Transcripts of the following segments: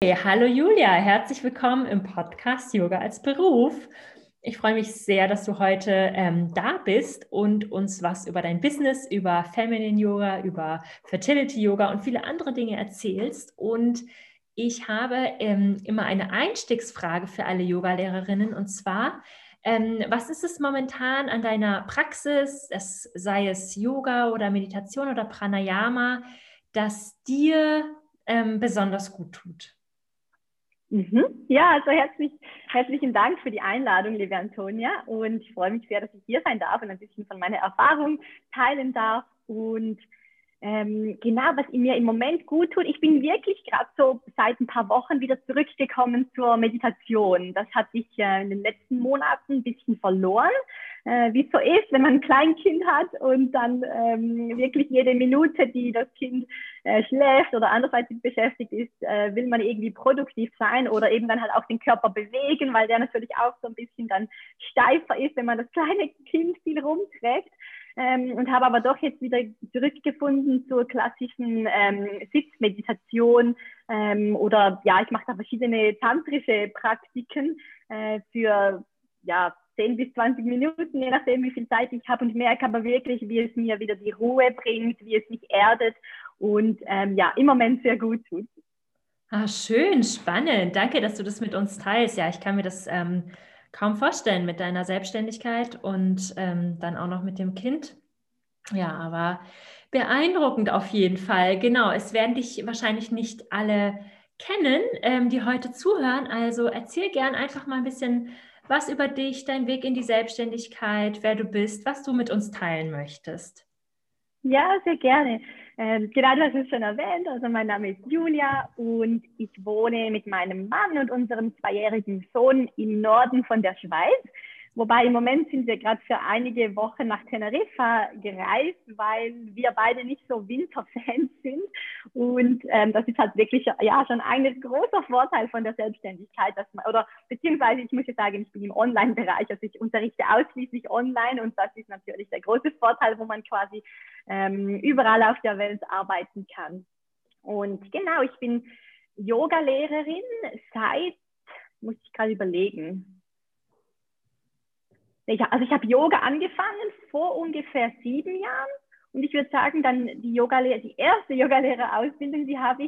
Hey, hallo Julia, herzlich willkommen im Podcast Yoga als Beruf. Ich freue mich sehr, dass du heute da bist und uns was über dein Business, über Feminine Yoga, über Fertility Yoga und viele andere Dinge erzählst. Und ich habe immer eine Einstiegsfrage für alle Yoga-Lehrerinnen, und zwar, was ist es momentan an deiner Praxis, sei es Yoga oder Meditation oder Pranayama, das dir besonders gut tut? Ja, also herzlichen Dank für die Einladung, liebe Antonia. Und ich freue mich sehr, dass ich hier sein darf und ein bisschen von meiner Erfahrung teilen darf. Und genau, was mir im Moment gut tut, ich bin wirklich gerade so seit ein paar Wochen wieder zurückgekommen zur Meditation. Das hatte ich in den letzten Monaten ein bisschen verloren, wie es so ist, wenn man ein Kleinkind hat und dann wirklich jede Minute, die das Kind schläft oder anderweitig beschäftigt ist, will man irgendwie produktiv sein oder eben dann halt auch den Körper bewegen, weil der natürlich auch so ein bisschen dann steifer ist, wenn man das kleine Kind viel rumträgt. Und habe aber doch jetzt wieder zurückgefunden zur klassischen Sitzmeditation oder ja, ich mache da verschiedene tantrische Praktiken für ja 10 bis 20 Minuten, je nachdem, wie viel Zeit ich habe, und merke aber wirklich, wie es mir wieder die Ruhe bringt, wie es mich erdet und ja, im Moment sehr gut tut. Ah, schön, spannend. Danke, dass du das mit uns teilst. Ja, ich kann mir das kaum vorstellen mit deiner Selbstständigkeit und dann auch noch mit dem Kind. Ja, aber beeindruckend auf jeden Fall. Genau, es werden dich wahrscheinlich nicht alle kennen, die heute zuhören. Also erzähl gern einfach mal ein bisschen was über dich, dein Weg in die Selbstständigkeit, wer du bist, was du mit uns teilen möchtest. Ja, sehr gerne. Genau, du hast es schon erwähnt. Also mein Name ist Julia und ich wohne mit meinem Mann und unserem zweijährigen Sohn im Norden von der Schweiz. Wobei im Moment sind wir gerade für einige Wochen nach Teneriffa gereist, weil wir beide nicht so Winterfans sind. Und das ist halt wirklich ja schon ein großer Vorteil von der Selbstständigkeit, dass man, oder beziehungsweise ich muss ja sagen, ich bin im Online-Bereich, also ich unterrichte ausschließlich online, und das ist natürlich der große Vorteil, wo man quasi überall auf der Welt arbeiten kann. Und genau, ich bin Yoga-Lehrerin seit, muss ich gerade überlegen, also ich habe Yoga angefangen vor ungefähr 7 Jahren, und ich würde sagen, dann die erste Yogalehrerausbildung, die habe ich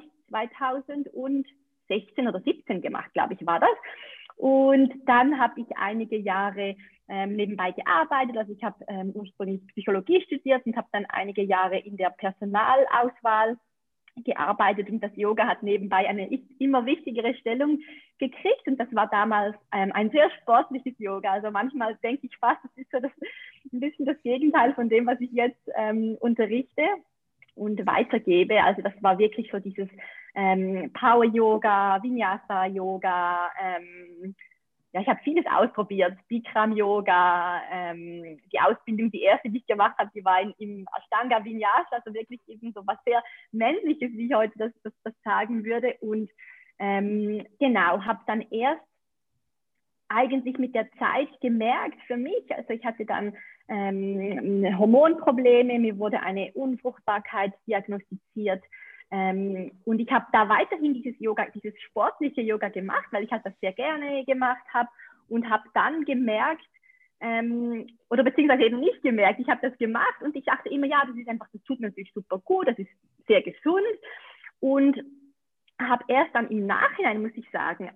2016 oder 17 gemacht, glaube ich, war das. Und dann habe ich einige Jahre nebenbei gearbeitet. Also ich habe ursprünglich Psychologie studiert und habe dann einige Jahre in der Personalauswahl gearbeitet, und das Yoga hat nebenbei eine immer wichtigere Stellung gekriegt, und das war damals ein sehr sportliches Yoga. Also manchmal denke ich fast, das ist so ein bisschen das Gegenteil von dem, was ich jetzt unterrichte und weitergebe. Also das war wirklich so dieses Power-Yoga, Vinyasa-Yoga, ja, ich habe vieles ausprobiert. Bikram-Yoga, die Ausbildung, die erste, die ich gemacht habe, die war im Ashtanga Vinyasa, also wirklich eben so was sehr Männliches, wie ich heute das sagen würde. Und genau, habe dann erst eigentlich mit der Zeit gemerkt für mich, also ich hatte dann Hormonprobleme, mir wurde eine Unfruchtbarkeit diagnostiziert, und ich habe da weiterhin dieses sportliche Yoga gemacht, weil ich halt das sehr gerne gemacht habe, und habe dann gemerkt, oder beziehungsweise eben nicht gemerkt, ich habe das gemacht und ich dachte immer, ja, das ist einfach, das tut mir natürlich super gut, das ist sehr gesund, und habe erst dann im Nachhinein, muss ich sagen,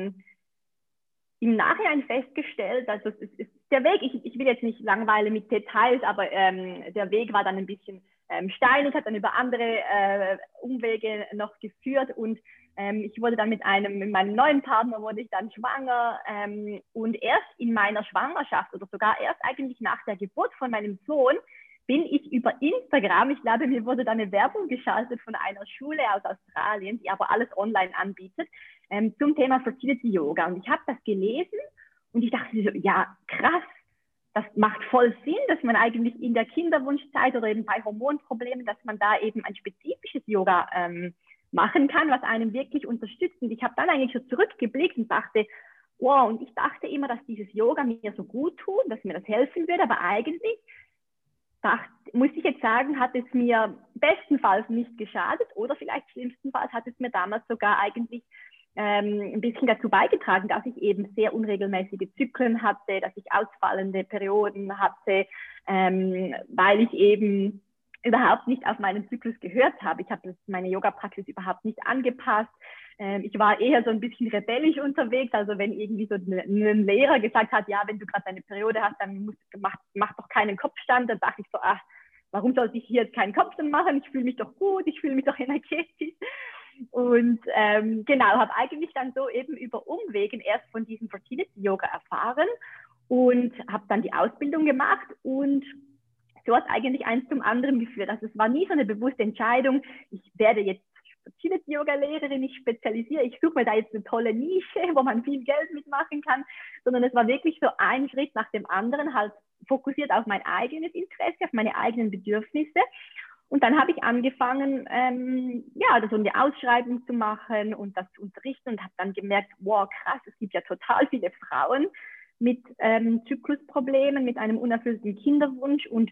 im Nachhinein festgestellt, also der Weg, ich will jetzt nicht langweilen mit Details, aber der Weg war dann ein bisschen steinig, hat dann über andere Umwege noch geführt, und ich wurde dann mit meinem neuen Partner wurde ich dann schwanger, und erst in meiner Schwangerschaft oder sogar erst eigentlich nach der Geburt von meinem Sohn bin ich über Instagram, ich glaube, mir wurde da eine Werbung geschaltet von einer Schule aus Australien, die aber alles online anbietet, zum Thema Fertility Yoga. Und ich habe das gelesen und ich dachte so, ja, krass, das macht voll Sinn, dass man eigentlich in der Kinderwunschzeit oder eben bei Hormonproblemen, dass man da eben ein spezifisches Yoga machen kann, was einen wirklich unterstützt. Und ich habe dann eigentlich so zurückgeblickt und dachte, wow, und ich dachte immer, dass dieses Yoga mir so gut tut, dass mir das helfen würde, aber eigentlich muss ich jetzt sagen, hat es mir bestenfalls nicht geschadet, oder vielleicht schlimmstenfalls hat es mir damals sogar eigentlich ein bisschen dazu beigetragen, dass ich eben sehr unregelmäßige Zyklen hatte, dass ich ausfallende Perioden hatte, weil ich eben überhaupt nicht auf meinen Zyklus gehört habe. Ich habe meine Yoga-Praxis überhaupt nicht angepasst. Ich war eher so ein bisschen rebellisch unterwegs. Also wenn irgendwie so ein Lehrer gesagt hat, ja, wenn du gerade eine Periode hast, dann mach doch keinen Kopfstand. Dann dachte ich so, ach, warum sollte ich hier jetzt keinen Kopfstand machen? Ich fühle mich doch gut, ich fühle mich doch energetisch. Und genau, habe eigentlich dann so eben über Umwegen erst von diesem Fertility-Yoga erfahren und habe dann die Ausbildung gemacht und so hat eigentlich eins zum anderen geführt. Also es war nie so eine bewusste Entscheidung, ich werde jetzt Fertility-Yoga-Lehrerin, ich spezialisiere, ich suche mir da jetzt eine tolle Nische, wo man viel Geld mitmachen kann, sondern es war wirklich so ein Schritt nach dem anderen, halt fokussiert auf mein eigenes Interesse, auf meine eigenen Bedürfnisse. Und dann habe ich angefangen, ja, so eine Ausschreibung zu machen und das zu unterrichten und habe dann gemerkt, wow, krass, es gibt ja total viele Frauen mit Zyklusproblemen, mit einem unerfüllten Kinderwunsch und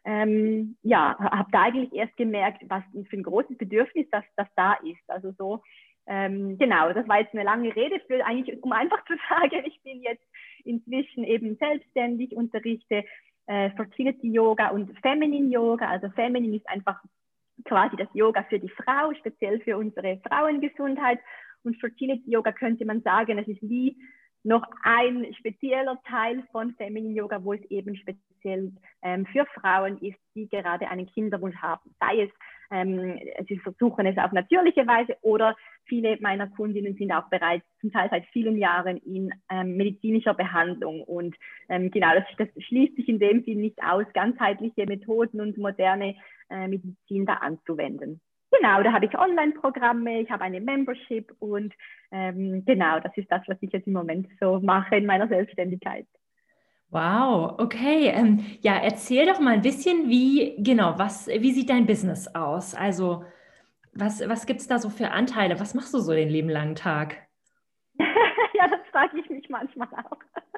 ja, habe da eigentlich erst gemerkt, was für ein großes Bedürfnis das da ist. Also so, genau, das war jetzt eine lange Rede, für eigentlich, um einfach zu sagen, ich bin jetzt inzwischen eben selbstständig, unterrichte Fertility Yoga und Feminine Yoga. Also Feminine ist einfach quasi das Yoga für die Frau, speziell für unsere Frauengesundheit. Und Fertility Yoga könnte man sagen, es ist wie noch ein spezieller Teil von Feminine Yoga, wo es eben speziell für Frauen ist, die gerade einen Kinderwunsch haben. Sei es, sie versuchen es auf natürliche Weise oder viele meiner Kundinnen sind auch bereits zum Teil seit vielen Jahren in medizinischer Behandlung. Und genau, das schließt sich in dem Sinn nicht aus, ganzheitliche Methoden und moderne Medizin da anzuwenden. Genau, da habe ich Online-Programme, ich habe eine Membership und genau, das ist das, was ich jetzt im Moment so mache in meiner Selbstständigkeit. Wow, okay. Ja, erzähl doch mal ein bisschen, wie sieht dein Business aus? Also, was gibt es da so für Anteile? Was machst du so den lieben langen Tag? Ja, das frage ich mich manchmal auch.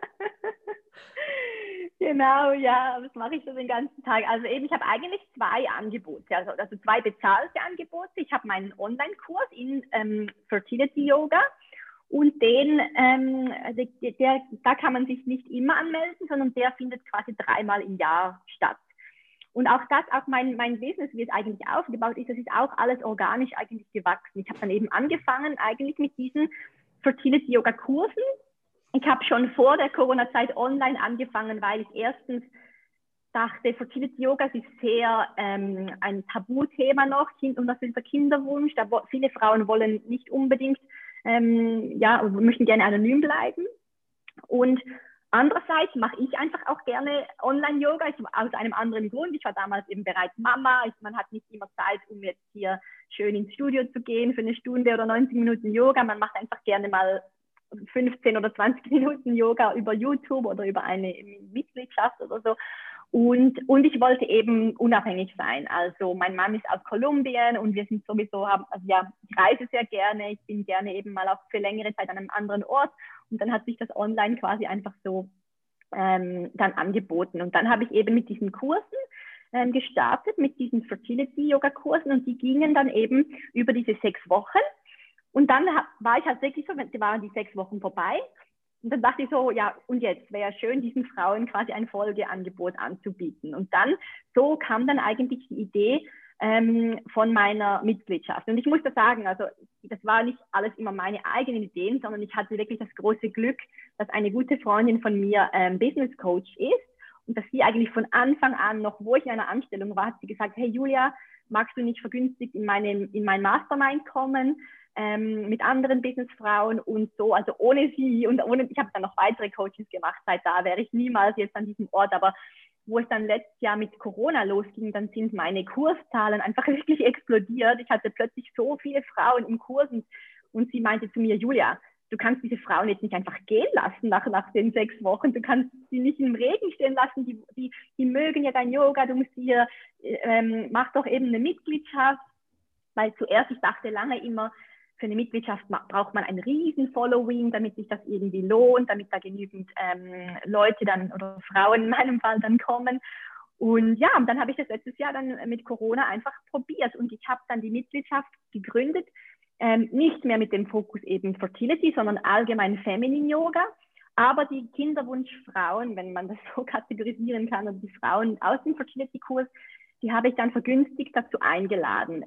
Genau, ja, was mache ich so den ganzen Tag? Also eben, ich habe eigentlich zwei Angebote, also zwei bezahlte Angebote. Ich habe meinen Online-Kurs in Fertility Yoga und da kann man sich nicht immer anmelden, sondern der findet quasi 3-mal im Jahr statt. Und auch mein Business, wie es eigentlich aufgebaut ist, das ist auch alles organisch eigentlich gewachsen. Ich habe dann eben angefangen eigentlich mit diesen Fertility Yoga Kursen. Ich habe schon vor der Corona-Zeit online angefangen, weil ich erstens dachte, Fertility Yoga ist sehr ein Tabuthema noch, unerfüllter Kinderwunsch. Viele Frauen wollen nicht unbedingt, ja, möchten gerne anonym bleiben. Und andererseits mache ich einfach auch gerne Online-Yoga, aus einem anderen Grund. Ich war damals eben bereits Mama. Man hat nicht immer Zeit, um jetzt hier schön ins Studio zu gehen für eine Stunde oder 90 Minuten Yoga. Man macht einfach gerne mal 15 oder 20 Minuten Yoga über YouTube oder über eine Mitgliedschaft oder so. Und ich wollte eben unabhängig sein. Also mein Mann ist aus Kolumbien und wir sind sowieso, also ja, ich reise sehr gerne. Ich bin gerne eben mal auch für längere Zeit an einem anderen Ort. Und dann hat sich das online quasi einfach so dann angeboten. Und dann habe ich eben mit diesen Kursen gestartet, mit diesen Fertility-Yoga-Kursen und die gingen dann eben über diese 6 Wochen. Und dann war ich halt wirklich so, waren die 6 Wochen vorbei. Und dann dachte ich so, ja, und jetzt wäre schön, diesen Frauen quasi ein Folgeangebot anzubieten. Und dann, so kam dann eigentlich die Idee von meiner Mitgliedschaft. Und ich muss da sagen, also das war nicht alles immer meine eigenen Ideen, sondern ich hatte wirklich das große Glück, dass eine gute Freundin von mir Business Coach ist und dass sie eigentlich von Anfang an, noch wo ich in einer Anstellung war, hat sie gesagt, hey Julia, magst du nicht vergünstigt in mein Mastermind kommen? Mit anderen Businessfrauen und so, also ohne sie und ich habe dann noch weitere Coachings gemacht, seit da wäre ich niemals jetzt an diesem Ort, aber wo es dann letztes Jahr mit Corona losging, dann sind meine Kurszahlen einfach wirklich explodiert. Ich hatte plötzlich so viele Frauen im Kurs und sie meinte zu mir, Julia, du kannst diese Frauen jetzt nicht einfach gehen lassen nach den 6 Wochen, du kannst sie nicht im Regen stehen lassen, die mögen ja dein Yoga, du musst hier, mach doch eben eine Mitgliedschaft, weil zuerst, ich dachte lange immer, für eine Mitgliedschaft braucht man ein riesen Following, damit sich das irgendwie lohnt, damit da genügend Leute dann oder Frauen in meinem Fall dann kommen. Und ja, und dann habe ich das letztes Jahr dann mit Corona einfach probiert und ich habe dann die Mitgliedschaft gegründet nicht mehr mit dem Fokus eben Fertility, sondern allgemein Feminine Yoga. Aber die Kinderwunschfrauen, wenn man das so kategorisieren kann, also die Frauen aus dem Fertility-Kurs, die habe ich dann vergünstigt dazu eingeladen,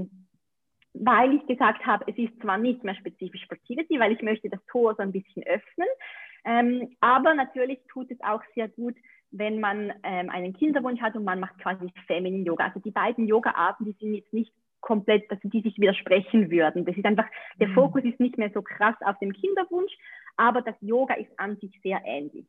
weil ich gesagt habe, es ist zwar nicht mehr spezifisch Fertility, weil ich möchte das Tor so ein bisschen öffnen, aber natürlich tut es auch sehr gut, wenn man einen Kinderwunsch hat und man macht quasi Feminine Yoga. Also die beiden Yoga-Arten, die sind jetzt nicht komplett, also die sich widersprechen würden. Das ist einfach, der Fokus ist nicht mehr so krass auf dem Kinderwunsch, aber das Yoga ist an sich sehr ähnlich.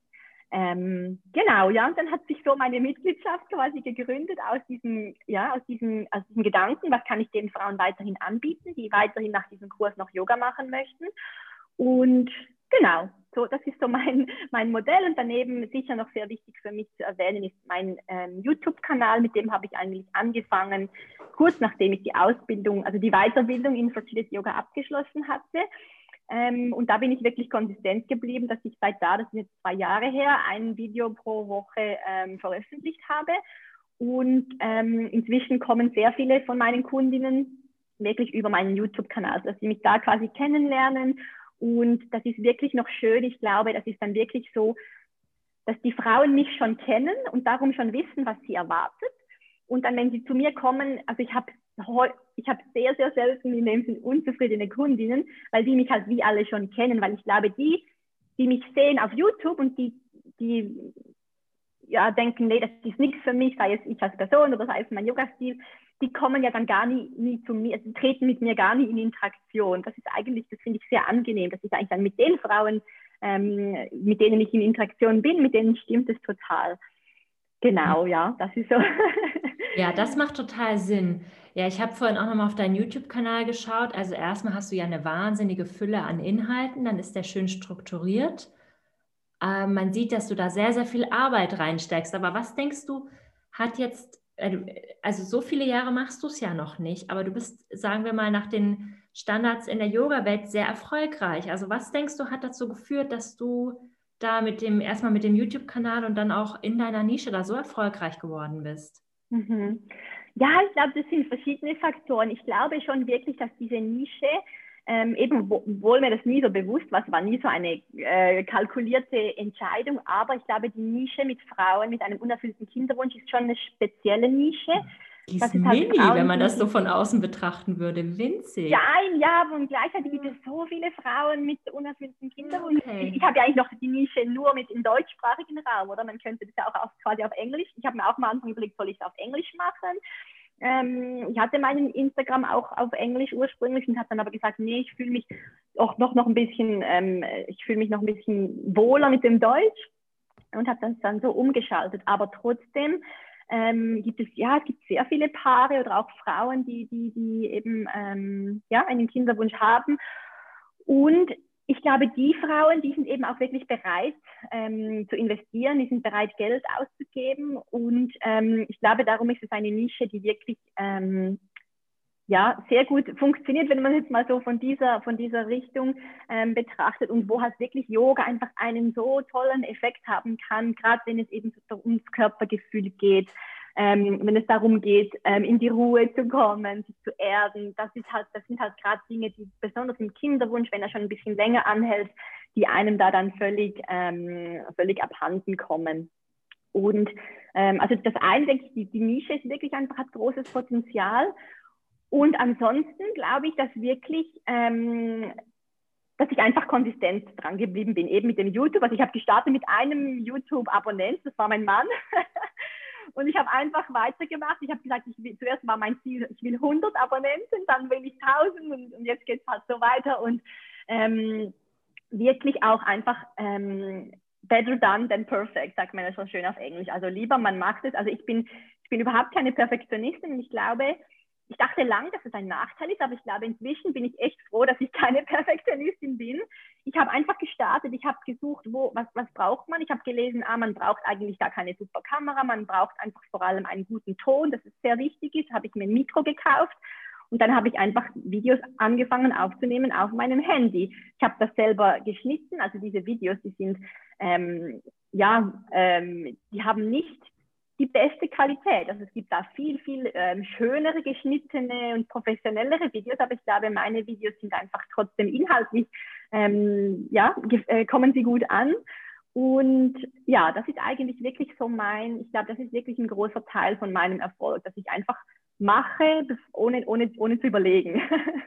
Genau, ja, und dann hat sich so meine Mitgliedschaft quasi gegründet aus diesem Gedanken, was kann ich den Frauen weiterhin anbieten, die weiterhin nach diesem Kurs noch Yoga machen möchten. Und genau, so, das ist so mein Modell. Und daneben sicher noch sehr wichtig für mich zu erwähnen ist mein YouTube-Kanal, mit dem habe ich eigentlich angefangen, kurz nachdem ich die Ausbildung, also die Weiterbildung in Fertility Yoga abgeschlossen hatte. Und da bin ich wirklich konsistent geblieben, dass ich das ist jetzt 2 Jahre her, ein Video pro Woche veröffentlicht habe. Und inzwischen kommen sehr viele von meinen Kundinnen wirklich über meinen YouTube-Kanal, dass sie mich da quasi kennenlernen. Und das ist wirklich noch schön. Ich glaube, das ist dann wirklich so, dass die Frauen mich schon kennen und darum schon wissen, was sie erwartet. Und dann, wenn sie zu mir kommen, also ich habe sehr, sehr selten in dem Sinne unzufriedene Kundinnen, weil die mich halt wie alle schon kennen, weil ich glaube, die mich sehen auf YouTube und die ja, denken, nee, das ist nichts für mich, sei es ich als Person oder sei es mein Yoga-Stil, die kommen ja dann gar nie zu mir, also treten mit mir gar nie in Interaktion. Das ist eigentlich, das finde ich sehr angenehm, dass ich eigentlich dann mit den Frauen, mit denen ich in Interaktion bin, mit denen stimmt es total. Genau, ja, das ist so. Ja, das macht total Sinn. Ja, ich habe vorhin auch nochmal auf deinen YouTube-Kanal geschaut. Also erstmal hast du ja eine wahnsinnige Fülle an Inhalten, dann ist der schön strukturiert. Man sieht, dass du da sehr, sehr viel Arbeit reinsteckst. Aber was denkst du, hat jetzt, also so viele Jahre machst du es ja noch nicht, aber du bist, sagen wir mal, nach den Standards in der Yoga-Welt sehr erfolgreich. Also was denkst du, hat dazu geführt, dass du da erstmal mit dem YouTube-Kanal und dann auch in deiner Nische da so erfolgreich geworden bist? Ja, ich glaube, das sind verschiedene Faktoren. Ich glaube schon wirklich, dass diese Nische, eben, obwohl mir das nie so bewusst war nie so eine kalkulierte Entscheidung, aber ich glaube, die Nische mit Frauen mit einem unerfüllten Kinderwunsch ist schon eine spezielle Nische. Die ist mini, Frauen, wenn man das so von außen betrachten würde, winzig. Ja, und gleichzeitig gibt es so viele Frauen mit unerfülltem Kinderwunsch. Okay. Ich habe ja eigentlich noch die Nische nur mit im deutschsprachigen Raum, oder? Man könnte das ja auch quasi auf Englisch. Ich habe mir auch mal am Anfang überlegt, soll ich es auf Englisch machen? Ich hatte meinen Instagram auch auf Englisch ursprünglich und habe dann aber gesagt, nee, ich fühle mich auch noch ein bisschen, ich fühle mich noch ein bisschen wohler mit dem Deutsch und habe das dann so umgeschaltet. Aber trotzdem gibt es sehr viele Paare oder auch Frauen, die eben einen Kinderwunsch haben. Und ich glaube, die Frauen, die sind eben auch wirklich bereit zu investieren, die sind bereit, Geld auszugeben. Und ich glaube, darum ist es eine Nische, die wirklich sehr gut funktioniert, wenn man jetzt mal so von dieser Richtung betrachtet und wo halt wirklich Yoga einfach einen so tollen Effekt haben kann, gerade wenn es eben ums Körpergefühl geht, wenn es darum geht, in die Ruhe zu kommen, sich zu erden. Das sind halt gerade Dinge, die besonders im Kinderwunsch, wenn er schon ein bisschen länger anhält, die einem da dann völlig abhanden kommen. Und also das eine, denke ich, die Nische ist wirklich einfach, hat großes Potenzial. Und ansonsten glaube ich, dass wirklich, dass ich einfach konsistent dran geblieben bin, eben mit dem YouTube. Also ich habe gestartet mit einem YouTube-Abonnent, das war mein Mann. Und ich habe einfach weitergemacht. Ich habe gesagt, zuerst war mein Ziel, ich will 100 Abonnenten, dann will ich 1000 und jetzt geht es halt so weiter. Und wirklich auch einfach better done than perfect, sagt man ja so schön auf Englisch. Also lieber, man macht es. Also ich bin überhaupt keine Perfektionistin und ich glaube, ich dachte lange, dass es ein Nachteil ist, aber ich glaube, inzwischen bin ich echt froh, dass ich keine Perfektionistin bin. Ich habe einfach gestartet, ich habe gesucht, was braucht man? Ich habe gelesen, man braucht eigentlich gar keine super Kamera, man braucht einfach vor allem einen guten Ton, das ist sehr wichtig ist. Habe ich mir ein Mikro gekauft und dann habe ich einfach Videos angefangen aufzunehmen auf meinem Handy. Ich habe das selber geschnitten, also diese Videos, die sind, die haben nicht die beste Qualität. Also es gibt da viel, viel schönere, geschnittene und professionellere Videos, aber ich glaube, meine Videos sind einfach trotzdem inhaltlich, kommen sie gut an. Und ja, das ist eigentlich wirklich so ich glaube, das ist wirklich ein großer Teil von meinem Erfolg, dass ich einfach mache, ohne zu überlegen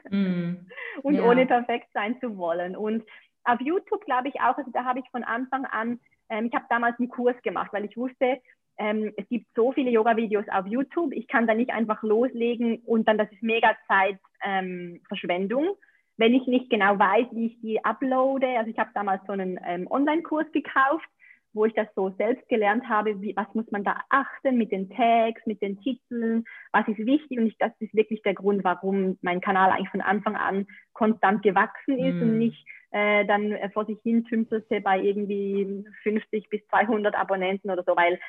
und ohne perfekt sein zu wollen. Und auf YouTube glaube ich auch, also da habe ich von Anfang an, ich habe damals einen Kurs gemacht, weil ich wusste, es gibt so viele Yoga-Videos auf YouTube, ich kann da nicht einfach loslegen und dann, das ist mega Zeitverschwendung, wenn ich nicht genau weiß, wie ich die uploade. Also ich habe damals so einen Online-Kurs gekauft, wo ich das so selbst gelernt habe, was muss man da achten mit den Tags, mit den Titeln, was ist wichtig. Und das ist wirklich der Grund, warum mein Kanal eigentlich von Anfang an konstant gewachsen ist und nicht dann vor sich hin tümpelte bei irgendwie 50 bis 200 Abonnenten oder so, weil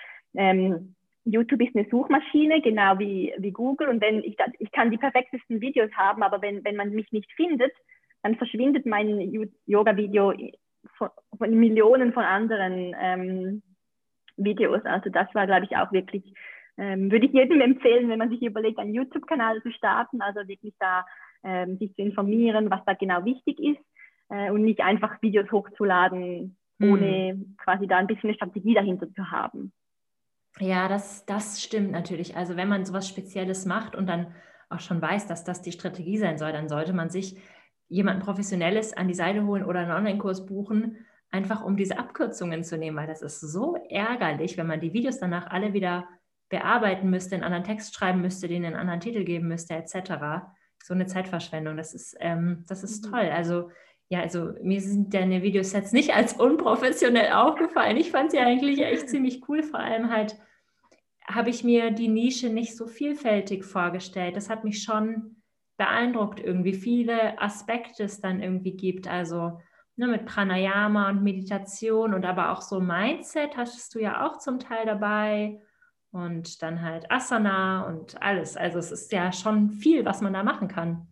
YouTube ist eine Suchmaschine, genau wie Google. Und wenn ich kann die perfektesten Videos haben, aber wenn man mich nicht findet, dann verschwindet mein Yoga-Video von Millionen von anderen Videos. Also das war, glaube ich, auch wirklich, würde ich jedem empfehlen, wenn man sich überlegt, einen YouTube-Kanal zu starten, also wirklich da sich zu informieren, was da genau wichtig ist und nicht einfach Videos hochzuladen, ohne quasi da ein bisschen eine Strategie dahinter zu haben. Ja, das stimmt natürlich. Also wenn man sowas Spezielles macht und dann auch schon weiß, dass das die Strategie sein soll, dann sollte man sich jemanden Professionelles an die Seite holen oder einen Online-Kurs buchen, einfach um diese Abkürzungen zu nehmen, weil das ist so ärgerlich, wenn man die Videos danach alle wieder bearbeiten müsste, einen anderen Text schreiben müsste, denen einen anderen Titel geben müsste, etc. So eine Zeitverschwendung, das ist toll. Also ja, also mir sind deine Videos jetzt nicht als unprofessionell aufgefallen. Ich fand sie eigentlich echt ziemlich cool. Vor allem halt habe ich mir die Nische nicht so vielfältig vorgestellt. Das hat mich schon beeindruckt, irgendwie viele Aspekte es dann irgendwie gibt. Also mit Pranayama und Meditation und aber auch so Mindset hattest du ja auch zum Teil dabei. Und dann halt Asana und alles. Also es ist ja schon viel, was man da machen kann.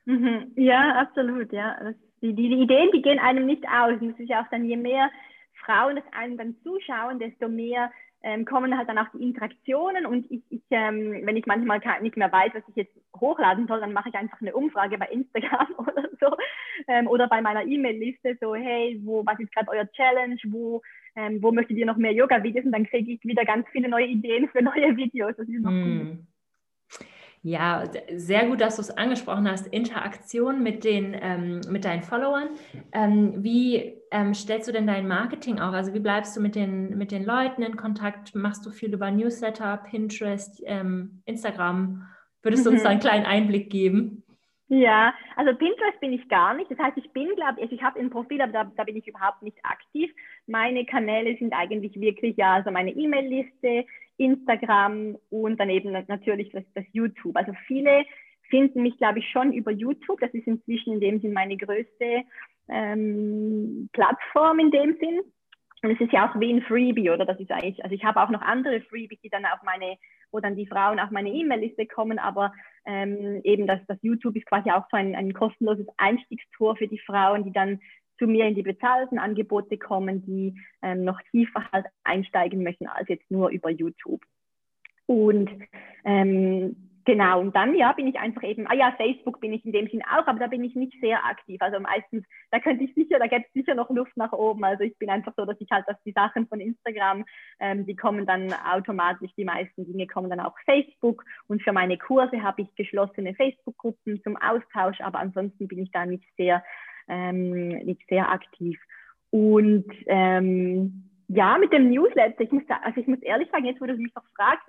Ja, absolut, ja. Die Ideen, die gehen einem nicht aus. Und es ist ja auch dann, je mehr Frauen das einem dann zuschauen, desto mehr kommen halt dann auch die Interaktionen. Und wenn ich manchmal nicht mehr weiß, was ich jetzt hochladen soll, dann mache ich einfach eine Umfrage bei Instagram oder so. Oder bei meiner E-Mail-Liste, so, hey, was ist gerade euer Challenge? Wo möchtet ihr noch mehr Yoga-Videos? Und dann kriege ich wieder ganz viele neue Ideen für neue Videos. Das ist noch cool. Ja, sehr gut, dass du es angesprochen hast. Interaktion mit deinen Followern. Wie stellst du denn dein Marketing auf? Also wie bleibst du mit den Leuten in Kontakt? Machst du viel über Newsletter, Pinterest, Instagram? Würdest du uns da einen kleinen Einblick geben? Ja, also Pinterest bin ich gar nicht. Das heißt, ich habe ein Profil, aber da bin ich überhaupt nicht aktiv. Meine Kanäle sind eigentlich wirklich also meine E-Mail-Liste, Instagram und dann eben natürlich das YouTube. Also viele finden mich, glaube ich, schon über YouTube. Das ist inzwischen in dem Sinn meine größte Plattform in dem Sinn. Und es ist ja auch wie ein Freebie, oder? Das ist eigentlich, also ich habe auch noch andere Freebies, wo dann die Frauen auf meine E-Mail-Liste kommen, aber eben das YouTube ist quasi auch so ein kostenloses Einstiegstor für die Frauen, die dann zu mir in die bezahlten Angebote kommen, die noch tiefer halt einsteigen möchten als jetzt nur über YouTube. Und genau, und dann bin ich einfach eben, Facebook bin ich in dem Sinn auch, aber da bin ich nicht sehr aktiv. Also meistens, da gäbe es sicher noch Luft nach oben. Also ich bin einfach so, dass die Sachen von Instagram, die kommen dann automatisch, die meisten Dinge kommen dann auch Facebook. Und für meine Kurse habe ich geschlossene Facebook-Gruppen zum Austausch, aber ansonsten bin ich da nicht sehr aktiv. Und mit dem Newsletter, ich muss ehrlich sagen, jetzt wo du mich noch fragst,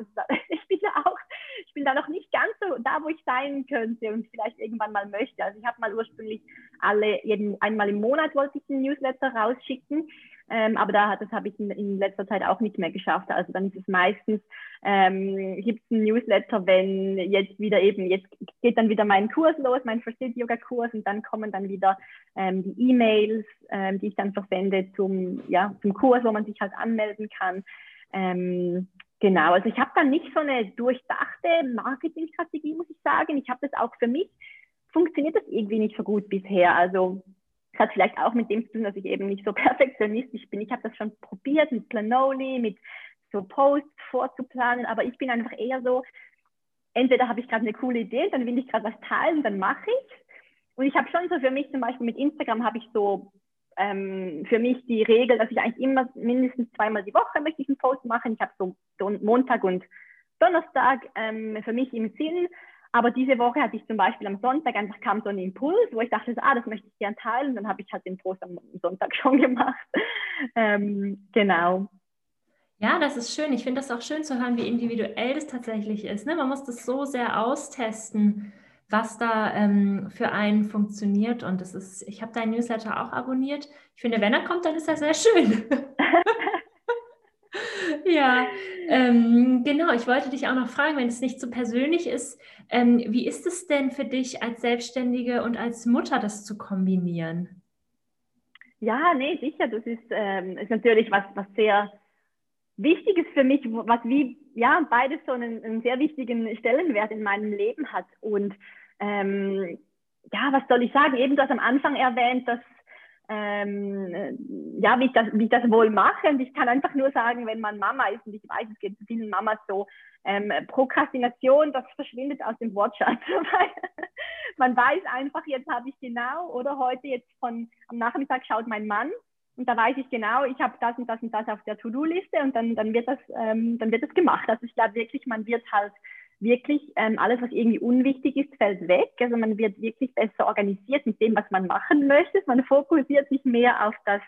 ich bin da noch nicht ganz so da, wo ich sein könnte und vielleicht irgendwann mal möchte. Also ich habe mal ursprünglich einmal im Monat wollte ich einen Newsletter rausschicken, aber das habe ich in letzter Zeit auch nicht mehr geschafft. Also dann ist es meistens, gibt es einen Newsletter, wenn jetzt geht dann wieder mein Kurs los, mein Facility-Yoga-Kurs, und dann kommen dann wieder die E-Mails, die ich dann versende zum Kurs, wo man sich halt anmelden kann. Genau, also ich habe dann nicht so eine durchdachte Marketingstrategie, muss ich sagen. Ich habe das auch für mich, funktioniert das irgendwie nicht so gut bisher. Also es hat vielleicht auch mit dem zu tun, dass ich eben nicht so perfektionistisch bin. Ich habe das schon probiert mit Planoly, mit so Posts vorzuplanen, aber ich bin einfach eher so, entweder habe ich gerade eine coole Idee, dann will ich gerade was teilen, dann mache ich. Und ich habe schon so für mich zum Beispiel mit Instagram habe ich so für mich die Regel, dass ich eigentlich immer mindestens 2-mal die Woche möchte ich einen Post machen. Ich habe so Montag und Donnerstag für mich im Sinn. Aber diese Woche hatte ich zum Beispiel am Sonntag einfach kam so ein Impuls, wo ich dachte, das möchte ich gerne teilen. Dann habe ich halt den Post am Sonntag schon gemacht. Genau. Ja, das ist schön. Ich finde das auch schön zu hören, wie individuell das tatsächlich ist. Ne? Man muss das so sehr austesten, was da für einen funktioniert. Und das ist, ich habe deinen Newsletter auch abonniert. Ich finde, wenn er kommt, dann ist er sehr schön. Ja, genau. Ich wollte dich auch noch fragen, wenn es nicht so persönlich ist, wie ist es denn für dich als Selbstständige und als Mutter, das zu kombinieren? Ja, nee, sicher. Das ist natürlich was sehr Wichtiges für mich, was wie, ja, beides so einen sehr wichtigen Stellenwert in meinem Leben hat. Und ja, was soll ich sagen? Eben, du hast am Anfang erwähnt, dass ja, wie ich das wohl mache. Und ich kann einfach nur sagen, wenn man Mama ist, und ich weiß, es geht vielen Mamas so, Prokrastination, das verschwindet aus dem Wortschatz. Man weiß einfach, jetzt habe ich genau, oder heute jetzt am Nachmittag schaut mein Mann, und da weiß ich genau, ich habe das und das und das auf der To-Do-Liste, und dann wird das gemacht. Also ich glaube wirklich, man wird halt wirklich alles, was irgendwie unwichtig ist, fällt weg. Also man wird wirklich besser organisiert mit dem, was man machen möchte. Man fokussiert sich mehr auf das,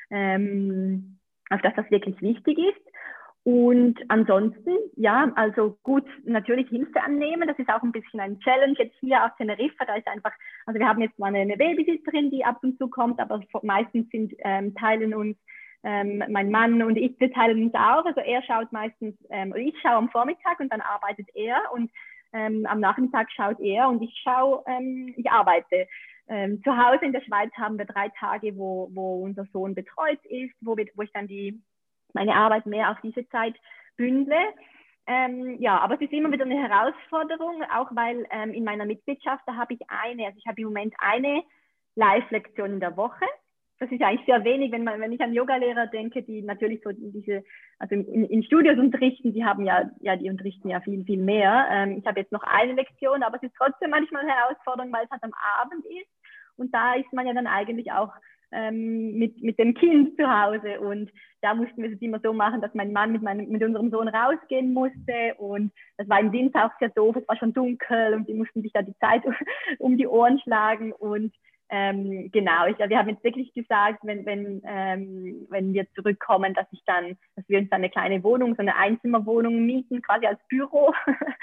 was wirklich wichtig ist. Und ansonsten, ja, also gut, natürlich Hilfe annehmen. Das ist auch ein bisschen ein Challenge jetzt hier auf Teneriffa. Da ist einfach, also wir haben jetzt mal eine Babysitterin, die ab und zu kommt, aber meistens teilen uns mein Mann und ich, wir teilen uns auch. Also er schaut meistens, ich schaue am Vormittag und dann arbeitet er, und am Nachmittag schaut er und ich ich arbeite. Zu Hause in der Schweiz haben wir 3 Tage, wo unser Sohn betreut ist, wo ich dann meine Arbeit mehr auf diese Zeit bündle. Ja, aber es ist immer wieder eine Herausforderung, auch weil in meiner Mitgliedschaft, da habe ich ich habe im Moment eine Live-Lektion in der Woche. Das ist eigentlich sehr wenig, wenn ich an Yogalehrer denke, die natürlich so also in Studios unterrichten, die unterrichten ja viel, viel mehr. Ich habe jetzt noch eine Lektion, aber es ist trotzdem manchmal eine Herausforderung, weil es halt am Abend ist. Und da ist man ja dann eigentlich auch mit dem Kind zu Hause, und da mussten wir es immer so machen, dass mein Mann mit unserem Sohn rausgehen musste, und das war im Winter auch sehr doof, es war schon dunkel und die mussten sich da die Zeit um die Ohren schlagen, und genau, wir haben jetzt wirklich gesagt, wenn wir zurückkommen, dass wir uns dann eine kleine Wohnung, so eine Einzimmerwohnung mieten, quasi als Büro,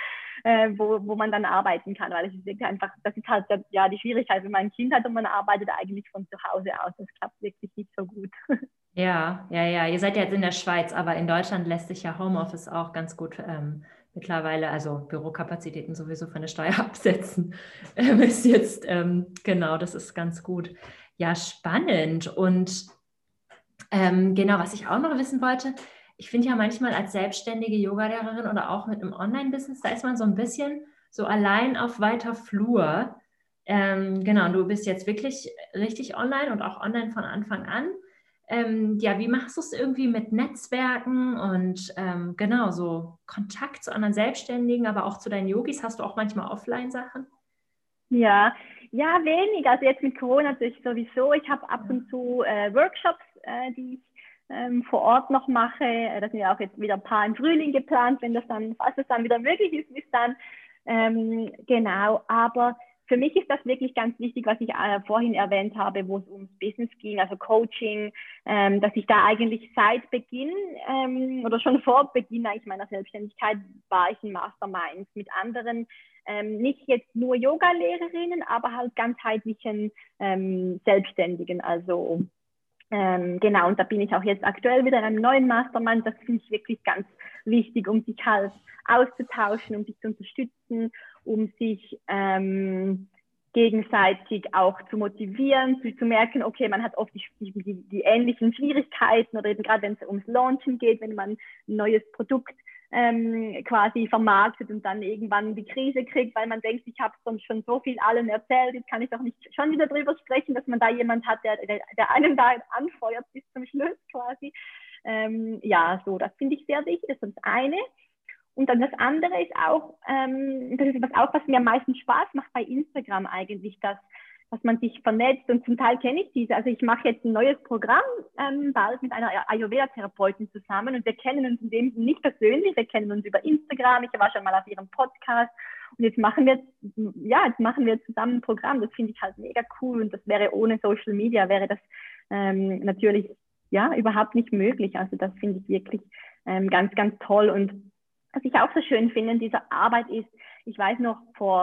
wo man dann arbeiten kann, weil es ist wirklich einfach, das ist halt ja die Schwierigkeit, wenn man ein Kind hat und man arbeitet eigentlich von zu Hause aus. Das klappt wirklich nicht so gut. Ja, ja, ja. Ihr seid ja jetzt in der Schweiz, aber in Deutschland lässt sich ja Homeoffice auch ganz gut mittlerweile, also Bürokapazitäten sowieso von der Steuer absetzen. Ist jetzt, genau, das ist ganz gut. Ja, spannend. Und genau, was ich auch noch wissen wollte, ich finde ja manchmal als selbstständige Yogalehrerin oder auch mit einem Online-Business, da ist man so ein bisschen so allein auf weiter Flur. Genau, du bist jetzt wirklich richtig online und auch online von Anfang an. Ja, wie machst du es irgendwie mit Netzwerken und genau, so Kontakt zu anderen Selbstständigen, aber auch zu deinen Yogis? Hast du auch manchmal Offline-Sachen? Ja, ja, wenig. Also jetzt mit Corona natürlich sowieso. Ich habe ab und zu Workshops, die ich vor Ort noch mache. Da sind ja auch jetzt wieder ein paar im Frühling geplant, falls das dann wieder möglich ist, bis dann. Genau, aber für mich ist das wirklich ganz wichtig, was ich vorhin erwähnt habe, wo es ums Business ging, also Coaching, dass ich da eigentlich seit Beginn oder schon vor Beginn eigentlich meiner Selbstständigkeit war ich in Masterminds mit anderen, nicht jetzt nur Yoga-Lehrerinnen, aber halt ganzheitlichen Selbstständigen, also genau, und da bin ich auch jetzt aktuell wieder in einem neuen Mastermind. Das finde ich wirklich ganz wichtig, um sich halt auszutauschen, um sich zu unterstützen, um sich gegenseitig auch zu motivieren, zu merken, okay, man hat oft die ähnlichen Schwierigkeiten, oder eben gerade wenn es ums Launchen geht, wenn man ein neues Produkt quasi vermarktet und dann irgendwann die Krise kriegt, weil man denkt, ich habe schon so viel allen erzählt, jetzt kann ich doch nicht schon wieder drüber sprechen, dass man da jemand hat, der einen da anfeuert bis zum Schluss quasi. Ja, so, das finde ich sehr wichtig, das ist das eine. Und dann das andere ist auch, das ist was mir am meisten Spaß macht bei Instagram eigentlich, dass man sich vernetzt und zum Teil kenne ich diese. Also ich mache jetzt ein neues Programm bald mit einer Ayurveda-Therapeutin zusammen und wir kennen uns in dem Sinne nicht persönlich, wir kennen uns über Instagram, ich war schon mal auf ihrem Podcast und jetzt machen wir zusammen ein Programm, das finde ich halt mega cool und das wäre ohne Social Media, wäre das natürlich überhaupt nicht möglich. Also das finde ich wirklich ganz, ganz toll und was ich auch so schön finde in dieser Arbeit ist, ich weiß noch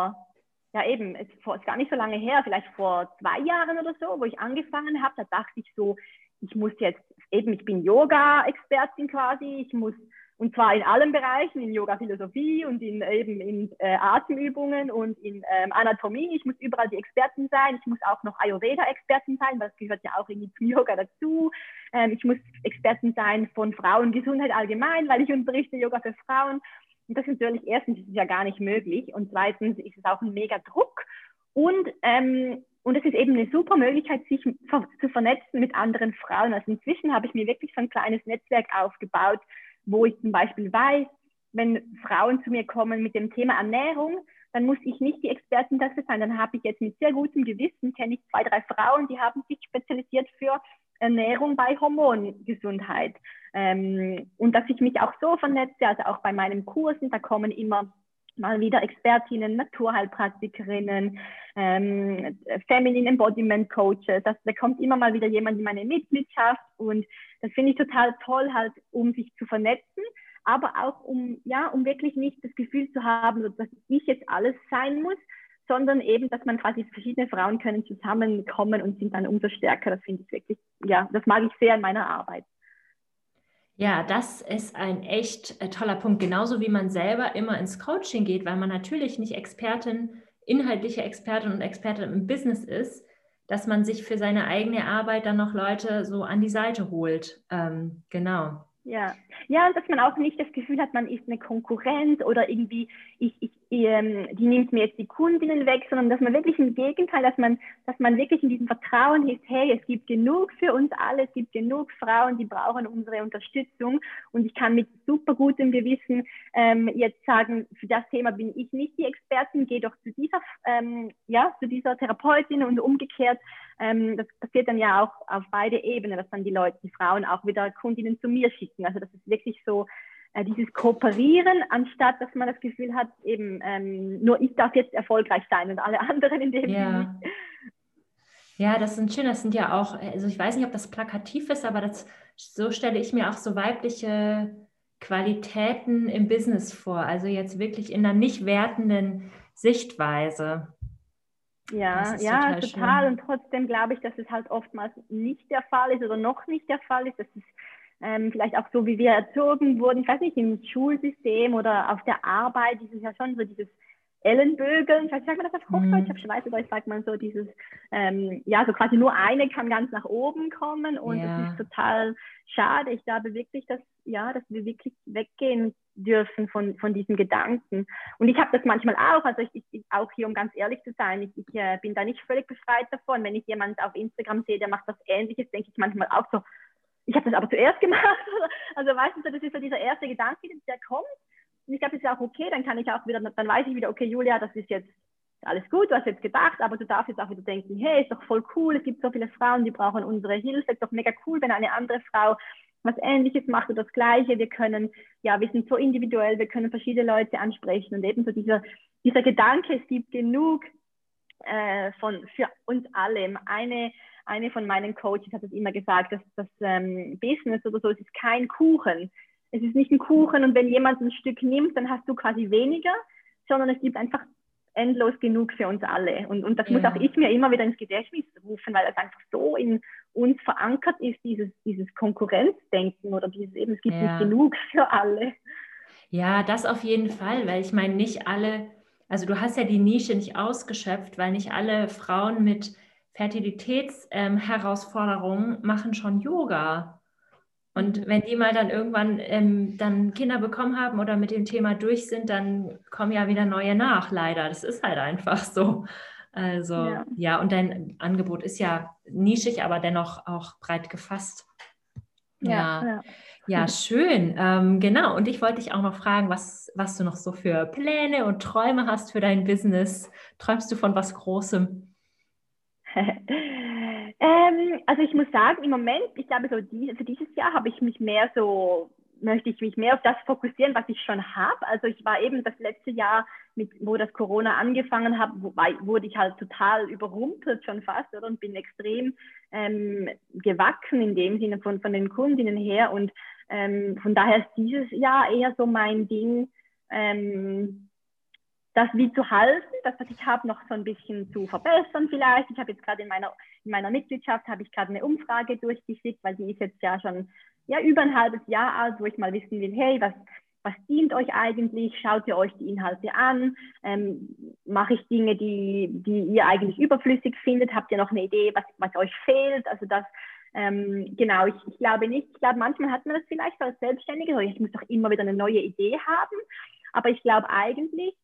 es ist gar nicht so lange her, vielleicht vor 2 Jahren oder so, wo ich angefangen habe, da dachte ich so, ich bin Yoga-Expertin quasi, und zwar in allen Bereichen, in Yoga-Philosophie und in Atemübungen und in Anatomie, ich muss überall die Expertin sein, ich muss auch noch Ayurveda-Expertin sein, weil das gehört ja auch irgendwie zum Yoga dazu, ich muss Expertin sein von Frauengesundheit allgemein, weil ich unterrichte Yoga für Frauen. Und das ist natürlich, erstens ist es ja gar nicht möglich und zweitens ist es auch ein mega Druck und es ist eben eine super Möglichkeit, sich zu vernetzen mit anderen Frauen. Also inzwischen habe ich mir wirklich so ein kleines Netzwerk aufgebaut, wo ich zum Beispiel weiß, wenn Frauen zu mir kommen mit dem Thema Ernährung, dann muss ich nicht die Expertin dafür sein. Dann habe ich jetzt mit sehr gutem Gewissen, kenne ich 2, 3 Frauen, die haben sich spezialisiert für Ernährung bei Hormongesundheit. Und dass ich mich auch so vernetze, also auch bei meinen Kursen, da kommen immer mal wieder Expertinnen, Naturheilpraktikerinnen, Feminine Embodiment Coaches, da kommt immer mal wieder jemand in meine Mitgliedschaft und das finde ich total toll, halt, um sich zu vernetzen, aber auch um wirklich nicht das Gefühl zu haben, dass ich jetzt alles sein muss, sondern eben, dass man quasi verschiedene Frauen können zusammenkommen und sind dann umso stärker. Das finde ich wirklich, das mag ich sehr in meiner Arbeit. Ja, das ist ein echt toller Punkt. Genauso wie man selber immer ins Coaching geht, weil man natürlich nicht inhaltliche Expertin und Experte im Business ist, dass man sich für seine eigene Arbeit dann noch Leute so an die Seite holt. Genau. Ja, und dass man auch nicht das Gefühl hat, man ist eine Konkurrenz oder irgendwie, die nimmt mir jetzt die Kundinnen weg, sondern dass man wirklich im Gegenteil, dass man wirklich in diesem Vertrauen ist, hey, es gibt genug für uns alle, es gibt genug Frauen, die brauchen unsere Unterstützung und ich kann mit super gutem Gewissen jetzt sagen, für das Thema bin ich nicht die Expertin, gehe doch zu dieser Therapeutin und umgekehrt. Das passiert dann ja auch auf beide Ebenen, dass dann die Frauen auch wieder Kundinnen zu mir schicken. Also das ist wirklich so dieses Kooperieren, anstatt dass man das Gefühl hat, eben nur ich darf jetzt erfolgreich sein und alle anderen in dem Sinne nicht. Ja, das sind ja auch, also ich weiß nicht, ob das plakativ ist, aber so stelle ich mir auch so weibliche Qualitäten im Business vor. Also jetzt wirklich in einer nicht wertenden Sichtweise. Ja, total. Und trotzdem glaube ich, dass es halt oftmals nicht der Fall ist oder noch nicht der Fall ist. Das ist vielleicht auch so, wie wir erzogen wurden. Ich weiß nicht, im Schulsystem oder auf der Arbeit ist es ja schon so dieses Ellenbögeln. Ich weiß nicht, sagt man das auf Hochdeutsch? Auf Schweizerdeutsch sagt man so dieses, so quasi nur eine kann ganz nach oben kommen und das ist total schade. Ich glaube wirklich, dass wir wirklich weggehen dürfen von diesen Gedanken. Und ich habe das manchmal auch, also ich auch hier, um ganz ehrlich zu sein, ich bin da nicht völlig befreit davon. Wenn ich jemanden auf Instagram sehe, der macht was Ähnliches, denke ich manchmal auch so, ich habe das aber zuerst gemacht. Also weißt du, das ist so dieser erste Gedanke, der kommt. Und ich glaube, das ist auch okay, dann weiß ich wieder, okay, Julia, das ist jetzt alles gut, du hast jetzt gedacht, aber du darfst jetzt auch wieder denken, hey, ist doch voll cool, es gibt so viele Frauen, die brauchen unsere Hilfe, ist doch mega cool, wenn eine andere Frau was Ähnliches macht oder das Gleiche. Wir sind so individuell, wir können verschiedene Leute ansprechen und ebenso dieser Gedanke, es gibt genug für uns alle. Eine von meinen Coaches hat es immer gesagt, dass das Business oder so, es ist kein Kuchen. Es ist nicht ein Kuchen und wenn jemand ein Stück nimmt, dann hast du quasi weniger, sondern es gibt einfach endlos genug für uns alle. Und das muss auch ich mir immer wieder ins Gedächtnis rufen, weil das einfach so in uns verankert ist, dieses Konkurrenzdenken oder es gibt nicht genug für alle. Ja, das auf jeden Fall, weil ich meine, nicht alle, also du hast ja die Nische nicht ausgeschöpft, weil nicht alle Frauen mit Fertilitätsherausforderungen machen schon Yoga. Und wenn die mal dann irgendwann dann Kinder bekommen haben oder mit dem Thema durch sind, dann kommen ja wieder neue nach, leider. Das ist halt einfach so. Also und dein Angebot ist ja nischig, aber dennoch auch breit gefasst. Ja, ja. ja, schön. Genau. Und ich wollte dich auch noch fragen, was du noch so für Pläne und Träume hast für dein Business. Träumst du von was Großem? Also ich muss sagen, im Moment, ich glaube, so für dieses Jahr möchte ich mich mehr auf das fokussieren, was ich schon habe. Also ich war eben das letzte Jahr, wo das Corona angefangen hat, wurde ich halt total überrumpelt schon fast, oder? Und bin extrem gewachsen in dem Sinne von den Kundinnen her. Und von daher ist dieses Jahr eher so mein Ding, das wie zu halten, das, was ich habe, noch so ein bisschen zu verbessern vielleicht. Ich habe jetzt gerade in meiner Mitgliedschaft habe ich gerade eine Umfrage durchgeschickt, weil die ist jetzt ja schon über ein halbes Jahr alt, wo ich mal wissen will, hey, was dient euch eigentlich? Schaut ihr euch die Inhalte an? Mache ich Dinge, die ihr eigentlich überflüssig findet? Habt ihr noch eine Idee, was euch fehlt? Also das, genau, ich glaube nicht. Ich glaube, manchmal hat man das vielleicht als Selbstständige, ich muss doch immer wieder eine neue Idee haben. Aber ich glaube eigentlich,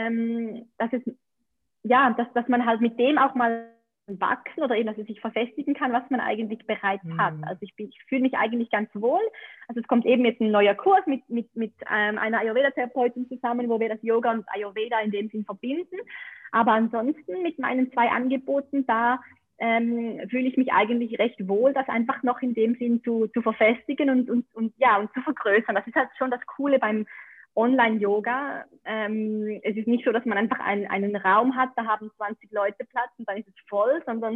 dass man halt mit dem auch mal wachsen oder eben, dass es sich verfestigen kann, was man eigentlich bereits hat. Also ich fühle mich eigentlich ganz wohl. Also es kommt eben jetzt ein neuer Kurs mit einer Ayurveda-Therapeutin zusammen, wo wir das Yoga und Ayurveda in dem Sinn verbinden. Aber ansonsten mit meinen 2 Angeboten da fühle ich mich eigentlich recht wohl, das einfach noch in dem Sinn zu verfestigen und zu vergrößern. Das ist halt schon das Coole beim Online-Yoga. Es ist nicht so, dass man einfach einen Raum hat, da haben 20 Leute Platz und dann ist es voll, sondern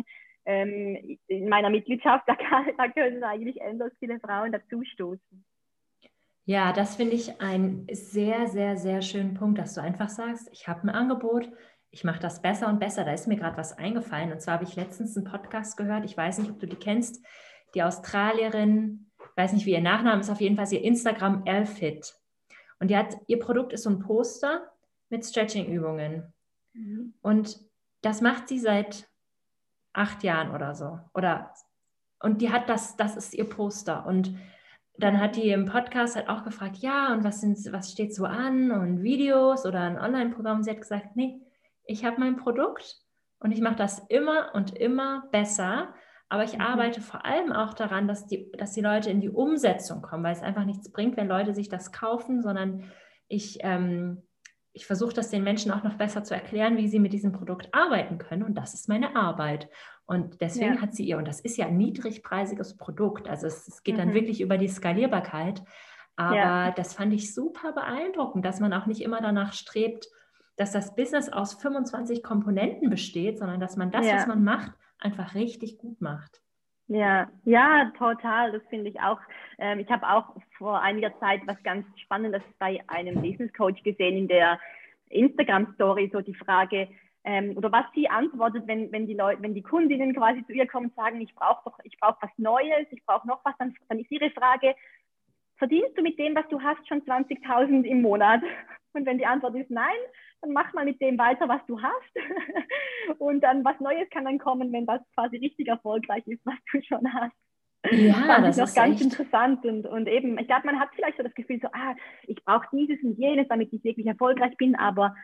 in meiner Mitgliedschaft, da können eigentlich endlos viele Frauen dazustoßen. Ja, das finde ich einen sehr, sehr, sehr schönen Punkt, dass du einfach sagst, ich habe ein Angebot, ich mache das besser und besser. Da ist mir gerade was eingefallen. Und zwar habe ich letztens einen Podcast gehört, ich weiß nicht, ob du die kennst, die Australierin, ich weiß nicht, wie ihr Nachname ist, auf jeden Fall ist ihr Instagram Elfit. Und ihr Produkt ist so ein Poster mit Stretching-Übungen. Und das macht sie seit 8 Jahren oder so. Und die hat das ist ihr Poster. Und dann hat die im Podcast halt auch gefragt, ja, und was steht so an? Und Videos oder ein Online-Programm. Sie hat gesagt, nee, ich habe mein Produkt und ich mache das immer und immer besser. Aber ich arbeite vor allem auch daran, dass die Leute in die Umsetzung kommen, weil es einfach nichts bringt, wenn Leute sich das kaufen, sondern ich versuche das den Menschen auch noch besser zu erklären, wie sie mit diesem Produkt arbeiten können. Und das ist meine Arbeit. Und deswegen hat sie und das ist ja ein niedrigpreisiges Produkt, also es geht dann wirklich über die Skalierbarkeit. Aber das fand ich super beeindruckend, dass man auch nicht immer danach strebt, dass das Business aus 25 Komponenten besteht, sondern dass man das, was man macht, einfach richtig gut macht. Ja, total. Das finde ich auch. Ich habe auch vor einiger Zeit was ganz Spannendes bei einem Business Coach gesehen in der Instagram-Story, so die Frage, oder was sie antwortet, wenn die Kundinnen quasi zu ihr kommen und sagen, ich brauche was Neues, ich brauche noch was, dann ist ihre Frage, verdienst du mit dem, was du hast, schon 20.000 im Monat? Und wenn die Antwort ist nein, dann mach mal mit dem weiter, was du hast. Und dann was Neues kann dann kommen, wenn das quasi richtig erfolgreich ist, was du schon hast. Ja, das ist noch ganz interessant. Und eben, ich glaube, man hat vielleicht so das Gefühl, so, ich brauche dieses und jenes, damit ich wirklich erfolgreich bin. Aber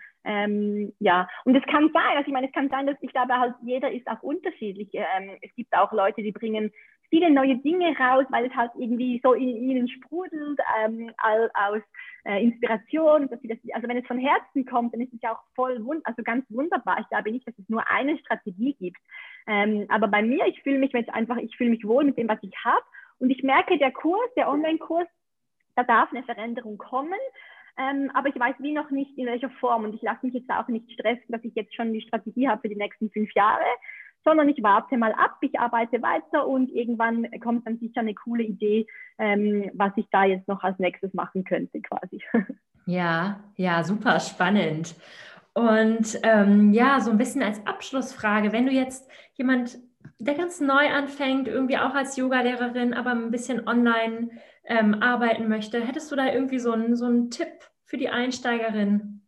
und es kann sein, also ich meine, es kann sein, dass ich glaube halt, jeder ist auch unterschiedlich. Es gibt auch Leute, die bringen viele neue Dinge raus, weil es halt irgendwie so in ihnen sprudelt, aus Inspiration. Also wenn es von Herzen kommt, dann ist es ja auch ganz wunderbar. Ich glaube nicht, dass es nur eine Strategie gibt. Aber bei mir, ich fühle mich wohl mit dem, was ich habe. Und ich merke, der Online-Kurs, da darf eine Veränderung kommen. Aber ich weiß wie noch nicht, in welcher Form. Und ich lasse mich jetzt auch nicht stressen, dass ich jetzt schon die Strategie habe für die nächsten 5 Jahre, sondern ich warte mal ab, ich arbeite weiter und irgendwann kommt dann sicher eine coole Idee, was ich da jetzt noch als nächstes machen könnte quasi. Ja, super spannend. Und so ein bisschen als Abschlussfrage, wenn du jetzt jemand, der ganz neu anfängt, irgendwie auch als Yogalehrerin, aber ein bisschen online arbeiten möchte, hättest du da irgendwie so einen Tipp für die Einsteigerin?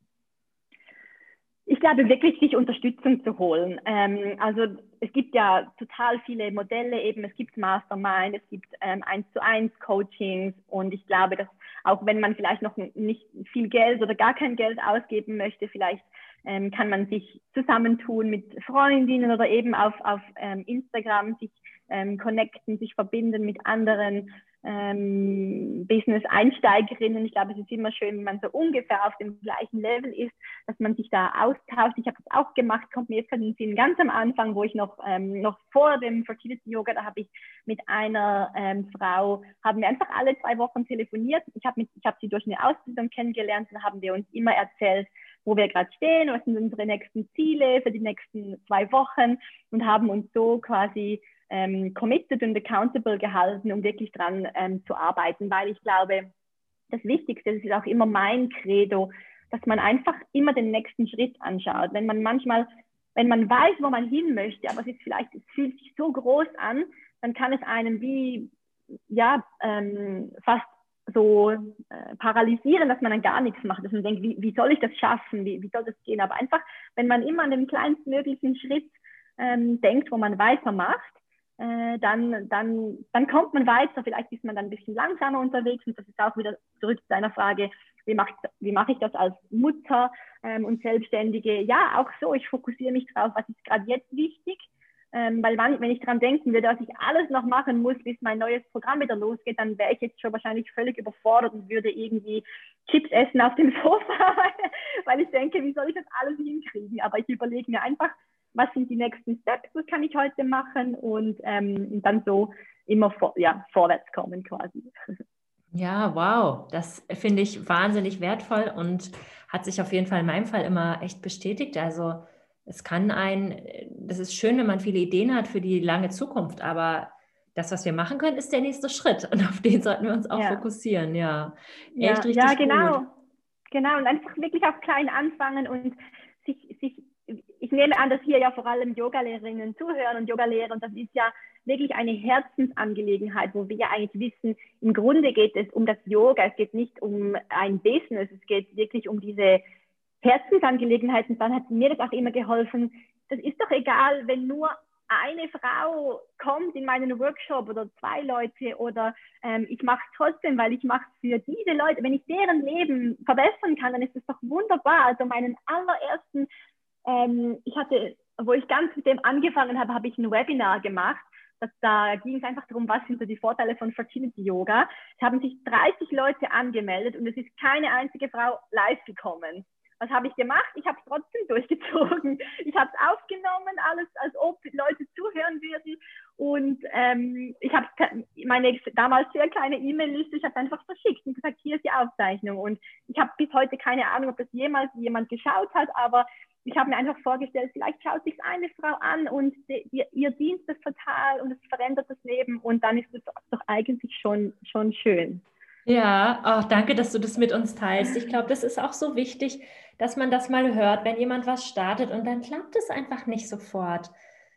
Ich glaube wirklich, sich Unterstützung zu holen. Also es gibt ja total viele Modelle, eben es gibt Mastermind, es gibt 1:1 Coachings und ich glaube, dass auch wenn man vielleicht noch nicht viel Geld oder gar kein Geld ausgeben möchte, vielleicht kann man sich zusammentun mit Freundinnen oder eben auf Instagram sich connecten, sich verbinden mit anderen Business-Einsteigerinnen. Ich glaube, es ist immer schön, wenn man so ungefähr auf dem gleichen Level ist, dass man sich da austauscht. Ich habe das auch gemacht, kommt mir jetzt gerade in den Sinn, ganz am Anfang, wo ich noch vor dem Fertility Yoga, da habe ich mit einer Frau, haben wir einfach alle 2 Wochen telefoniert. Ich habe sie durch eine Ausbildung kennengelernt und haben wir uns immer erzählt, wo wir gerade stehen, was sind unsere nächsten Ziele für die nächsten 2 Wochen und haben uns so quasi committed und accountable gehalten, um wirklich dran zu arbeiten, weil ich glaube, das Wichtigste, das ist auch immer mein Credo, dass man einfach immer den nächsten Schritt anschaut. Wenn man weiß, wo man hin möchte, aber es fühlt sich so groß an, dann kann es einem fast so paralysieren, dass man dann gar nichts macht, dass man denkt, wie soll ich das schaffen, wie soll das gehen, aber einfach, wenn man immer an den kleinstmöglichen Schritt denkt, wo man weiter macht, dann kommt man weiter, vielleicht ist man dann ein bisschen langsamer unterwegs und das ist auch wieder zurück zu deiner Frage, wie mache ich das als Mutter und Selbstständige? Ja, auch so, ich fokussiere mich drauf, was ist gerade jetzt wichtig, weil wenn ich daran denken würde, dass ich alles noch machen muss, bis mein neues Programm wieder losgeht, dann wäre ich jetzt schon wahrscheinlich völlig überfordert und würde irgendwie Chips essen auf dem Sofa, weil ich denke, wie soll ich das alles hinkriegen? Aber ich überlege mir einfach, was sind die nächsten Steps, was kann ich heute machen und dann so immer vorwärts kommen quasi. Ja, wow, das finde ich wahnsinnig wertvoll und hat sich auf jeden Fall in meinem Fall immer echt bestätigt. Also das ist schön, wenn man viele Ideen hat für die lange Zukunft, aber das, was wir machen können, ist der nächste Schritt und auf den sollten wir uns auch fokussieren. Ja, echt richtig gut. Genau, und einfach wirklich auch klein anfangen und ich nehme an, dass hier ja vor allem Yogalehrerinnen zuhören und Yogalehrer und das ist ja wirklich eine Herzensangelegenheit, wo wir ja eigentlich wissen, im Grunde geht es um das Yoga, es geht nicht um ein Business, es geht wirklich um diese Herzensangelegenheiten. Dann hat mir das auch immer geholfen, das ist doch egal, wenn nur eine Frau kommt in meinen Workshop oder 2 Leute oder ich mache es trotzdem, weil ich mache es für diese Leute, wenn ich deren Leben verbessern kann, dann ist das doch wunderbar. Also meinen allerersten wo ich ganz mit dem angefangen habe, habe ich ein Webinar gemacht. Da ging es einfach darum, was sind so die Vorteile von Fertility Yoga. Es haben sich 30 Leute angemeldet und es ist keine einzige Frau live gekommen. Was habe ich gemacht? Ich habe es trotzdem durchgezogen. Ich habe es aufgenommen, alles, als ob Leute zuhören würden. Und ich habe meine damals sehr kleine E-Mail-Liste, ich habe einfach verschickt und gesagt, hier ist die Aufzeichnung. Und ich habe bis heute keine Ahnung, ob das jemals jemand geschaut hat, aber ich habe mir einfach vorgestellt, vielleicht schaut sich eine Frau an und ihr dient das total und es verändert das Leben und dann ist es doch eigentlich schon schön. Ja, danke, dass du das mit uns teilst. Ich glaube, das ist auch so wichtig, dass man das mal hört, wenn jemand was startet und dann klappt es einfach nicht sofort.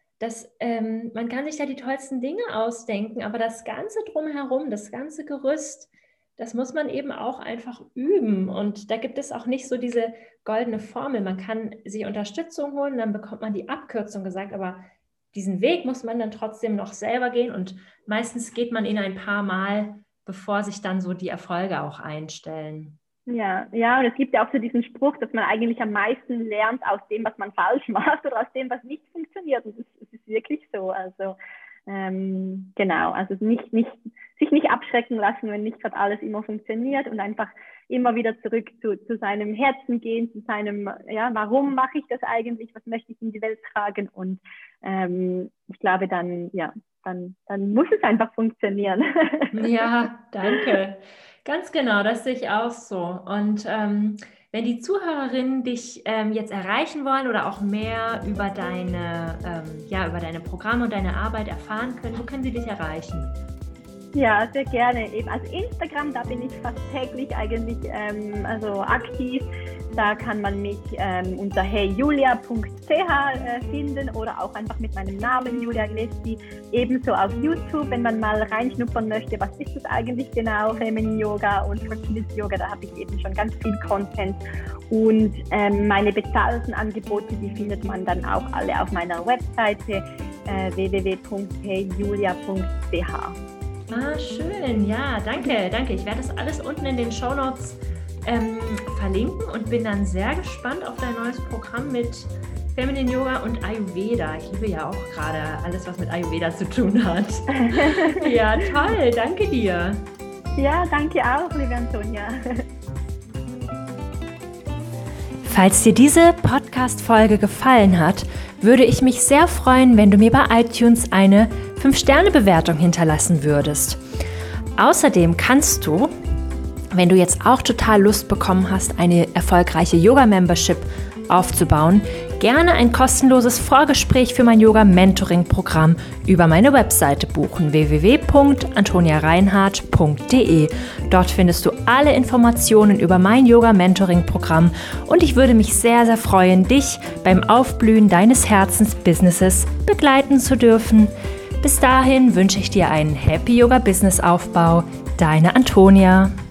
Man kann sich da die tollsten Dinge ausdenken, aber das Ganze drumherum, das ganze Gerüst, das muss man eben auch einfach üben und da gibt es auch nicht so diese goldene Formel. Man kann sich Unterstützung holen, dann bekommt man die Abkürzung gesagt, aber diesen Weg muss man dann trotzdem noch selber gehen und meistens geht man ihn ein paar Mal, bevor sich dann so die Erfolge auch einstellen. Ja, und es gibt ja auch so diesen Spruch, dass man eigentlich am meisten lernt aus dem, was man falsch macht oder aus dem, was nicht funktioniert und das ist wirklich so, also genau, also sich nicht abschrecken lassen, wenn nicht gerade alles immer funktioniert und einfach immer wieder zurück zu seinem Herzen gehen, zu seinem, warum mache ich das eigentlich, was möchte ich in die Welt tragen und ich glaube dann muss es einfach funktionieren. Ja, danke. Ganz genau, das sehe ich auch so. Und wenn die Zuhörerinnen dich jetzt erreichen wollen oder auch mehr über über deine Programme und deine Arbeit erfahren können, wo können sie dich erreichen? Ja, sehr gerne. Eben als Instagram, da bin ich fast täglich eigentlich aktiv. Da kann man mich unter heyjulia.ch finden oder auch einfach mit meinem Namen Julia Gillespie. Ebenso auf YouTube, wenn man mal reinschnuppern möchte, was ist das eigentlich genau, Feminine Yoga und Fertility Yoga, da habe ich eben schon ganz viel Content. Und meine bezahlten Angebote, die findet man dann auch alle auf meiner Webseite www.heyjulia.ch. Schön. Ja, danke. Ich werde das alles unten in den Shownotes verlinken und bin dann sehr gespannt auf dein neues Programm mit Feminine Yoga und Ayurveda. Ich liebe ja auch gerade alles, was mit Ayurveda zu tun hat. Ja, toll. Danke dir. Ja, danke auch, liebe Antonia. Falls dir diese Podcast-Folge gefallen hat, würde ich mich sehr freuen, wenn du mir bei iTunes eine 5-Sterne-Bewertung hinterlassen würdest. Außerdem kannst du, wenn du jetzt auch total Lust bekommen hast, eine erfolgreiche Yoga-Membership aufzubauen, gerne ein kostenloses Vorgespräch für mein Yoga-Mentoring-Programm über meine Webseite buchen, www.antoniareinhardt.de. Dort findest du alle Informationen über mein Yoga-Mentoring-Programm und ich würde mich sehr, sehr freuen, dich beim Aufblühen deines Herzensbusinesses begleiten zu dürfen. Bis dahin wünsche ich dir einen Happy Yoga Business Aufbau. Deine Antonia.